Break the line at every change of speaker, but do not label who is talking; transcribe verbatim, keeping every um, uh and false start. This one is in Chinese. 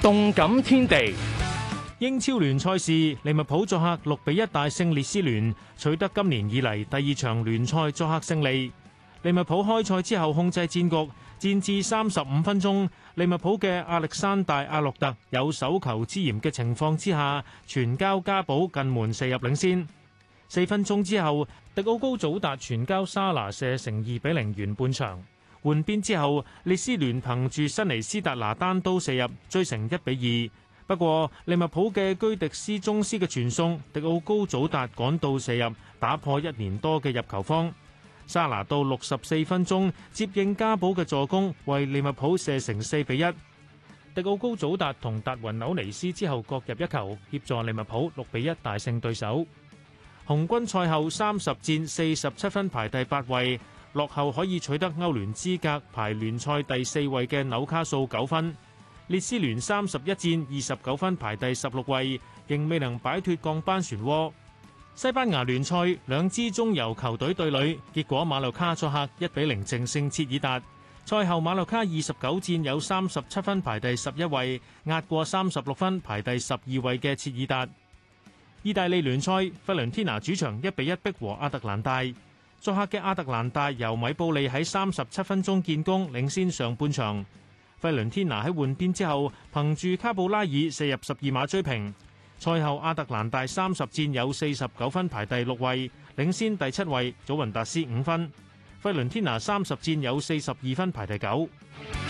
動感天地。
英超聯賽事，利物浦作客六比一大勝列斯聯，取得今年以嚟第二場聯賽作客勝利。利物浦開賽之後控制戰局，戰至三十五分鐘，利物浦嘅亞歷山大阿諾特有手球之嫌嘅情況之下，傳交加寶近門射入領先。四分鐘之後，迪奧高祖達傳交沙拿射成二比零完半場。換邊之後，列斯聯憑住辛尼斯達拿單刀射入，追成一比二。不過利物浦嘅居迪斯宗斯嘅傳送，迪奧高祖達趕到射入，打破一年多嘅入球荒。沙拿到六十四分鐘接應加寶嘅助攻，為利物浦射成四比一。迪奧高祖達同達雲紐尼斯之後各入一球，協助利物浦六比一大勝對手。紅軍賽後三十戰四十七分排第八位，落後可以取得歐聯資格排聯賽第四位嘅紐卡素九分。列斯聯三十一戰二十九分排第十六位，仍未能擺脫降班漩渦。西班牙聯賽兩支中游球隊對壘，結果馬洛卡作客一比零淨勝切爾達。賽後馬洛卡二十九戰有三十七分排第十一位，壓過三十六分排第十二位嘅切爾達。意大利聯賽費倫天拿主場一比一逼和亞特蘭大。作客嘅亞特蘭大由米布利喺三十七分鐘建功，領先上半場。費倫天拿喺換邊之後，憑住卡布拉爾射入十二碼追平。賽後亞特蘭大三十戰有四十九分排第六位，領先第七位祖雲達斯五分。費倫天拿三十戰有四十二分排第九。